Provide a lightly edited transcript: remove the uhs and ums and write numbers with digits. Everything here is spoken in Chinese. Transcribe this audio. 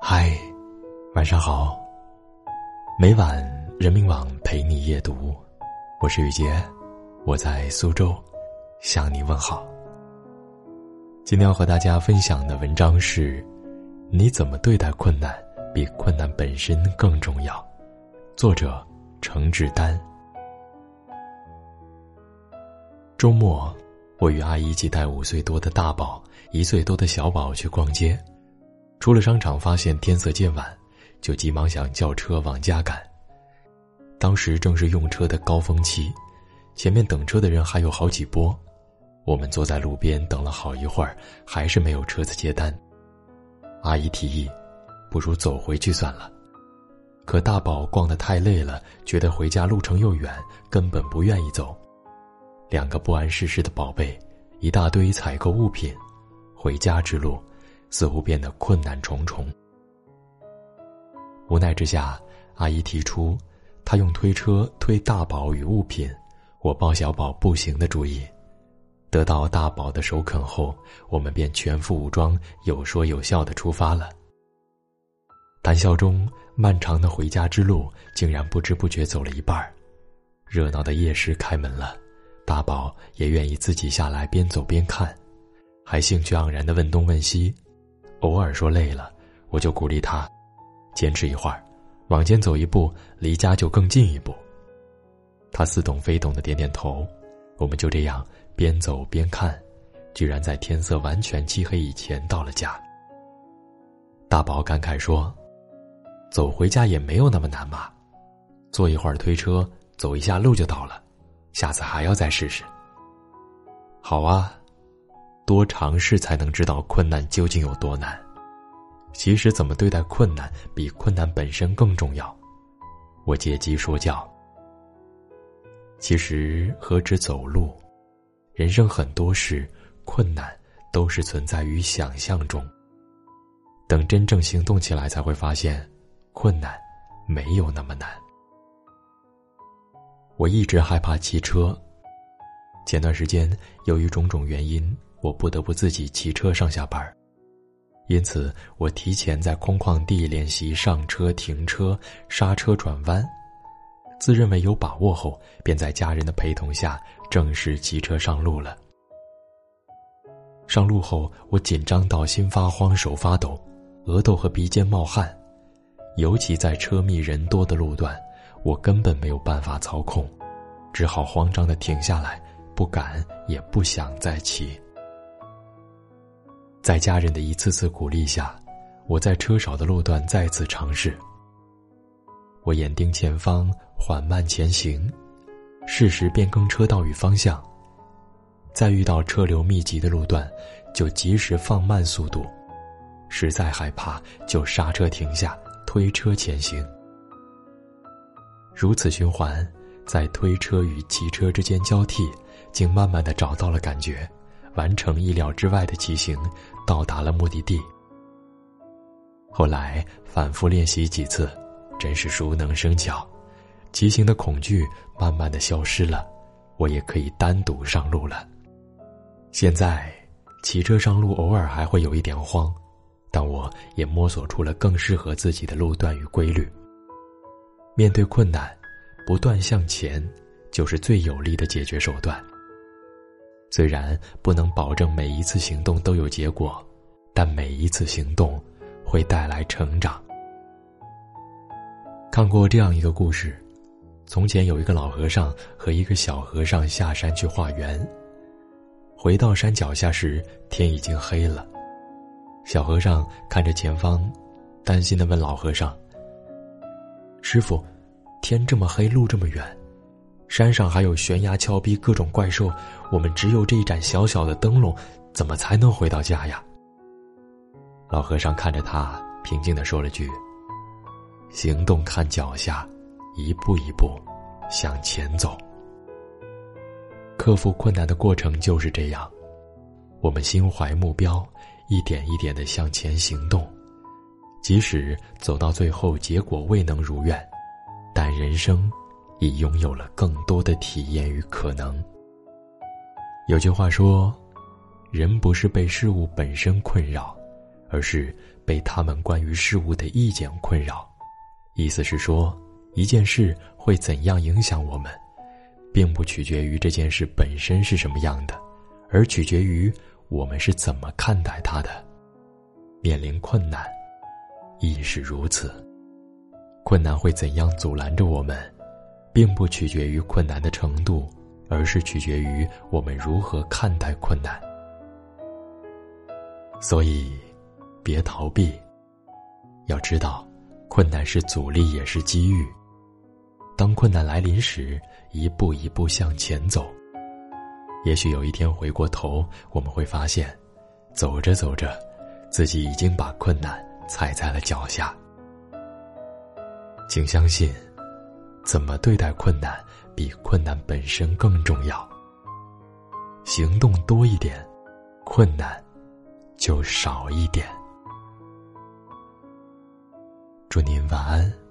嗨，晚上好。每晚人民网陪你夜读，我是雨洁，我在苏州向你问好。今天要和大家分享的文章是：你怎么对待困难，比困难本身更重要。作者程志丹。周末，我与阿姨一起带5岁多的大宝、1岁多的小宝去逛街。出了商场，发现天色渐晚，就急忙想叫车往家赶。当时正是用车的高峰期，前面等车的人还有好几波。我们坐在路边等了好一会儿，还是没有车子接单。阿姨提议，不如走回去算了。可大宝逛得太累了，觉得回家路程又远，根本不愿意走。2个不谙世事的宝贝，一大堆采购物品，回家之路似乎变得困难重重。无奈之下，阿姨提出她用推车推大宝与物品，我抱小宝步行的主意。得到大宝的首肯后，我们便全副武装，有说有笑地出发了。谈笑中，漫长的回家之路竟然不知不觉走了一半。热闹的夜市开门了，大宝也愿意自己下来边走边看，还兴趣盎然地问东问西。偶尔说累了，我就鼓励他坚持一会儿，往前走一步，离家就更近一步。他似懂非懂地点点头。我们就这样边走边看，居然在天色完全漆黑以前到了家。大宝感慨说，走回家也没有那么难嘛，坐一会儿推车，走一下路就到了，下次还要再试试。好啊，多尝试才能知道困难究竟有多难。其实怎么对待困难，比困难本身更重要。我借机说教。其实何止走路，人生很多事，困难都是存在于想象中。等真正行动起来，才会发现困难没有那么难。我一直害怕骑车，前段时间由于种种原因，我不得不自己骑车上下班。因此我提前在空旷地练习上车、停车、刹车、转弯，自认为有把握后，便在家人的陪同下正式骑车上路了。上路后，我紧张到心发慌、手发抖，额头和鼻尖冒汗，尤其在车密人多的路段，我根本没有办法操控，只好慌张地停下来，不敢也不想再骑。在家人的一次次鼓励下，我在车少的路段再次尝试。我眼盯前方，缓慢前行，适时变更车道与方向。在遇到车流密集的路段，就及时放慢速度，实在害怕就刹车停下，推车前行。如此循环，在推车与骑车之间交替，竟慢慢地找到了感觉，完成意料之外的骑行，到达了目的地。后来反复练习几次，真是熟能生巧，骑行的恐惧慢慢地消失了，我也可以单独上路了。现在骑车上路偶尔还会有一点慌，但我也摸索出了更适合自己的路段与规律。面对困难，不断向前就是最有力的解决手段。虽然不能保证每一次行动都有结果，但每一次行动会带来成长。看过这样一个故事，从前有一个老和尚和一个小和尚下山去化缘。回到山脚下时，天已经黑了。小和尚看着前方，担心地问老和尚，师父，天这么黑，路这么远，山上还有悬崖峭壁，各种怪兽，我们只有这一盏小小的灯笼，怎么才能回到家呀？老和尚看着他，平静地说了句，行动看脚下，一步一步向前走。克服困难的过程就是这样，我们心怀目标，一点一点地向前行动，即使走到最后结果未能如愿，但人生已拥有了更多的体验与可能。有句话说，人不是被事物本身困扰， 而是被他们关于事物的意见困扰。意思是说，一件事会怎样影响我们，并不取决于这件事本身是什么样的，而取决于我们是怎么看待它的。面临困难亦是如此，困难会怎样阻拦着我们，并不取决于困难的程度，而是取决于我们如何看待困难。所以别逃避，要知道困难是阻力也是机遇。当困难来临时，一步一步向前走，也许有一天回过头，我们会发现，走着走着，自己已经把困难踩在了脚下。请相信，怎么对待困难比困难本身更重要。行动多一点，困难就少一点。祝您晚安。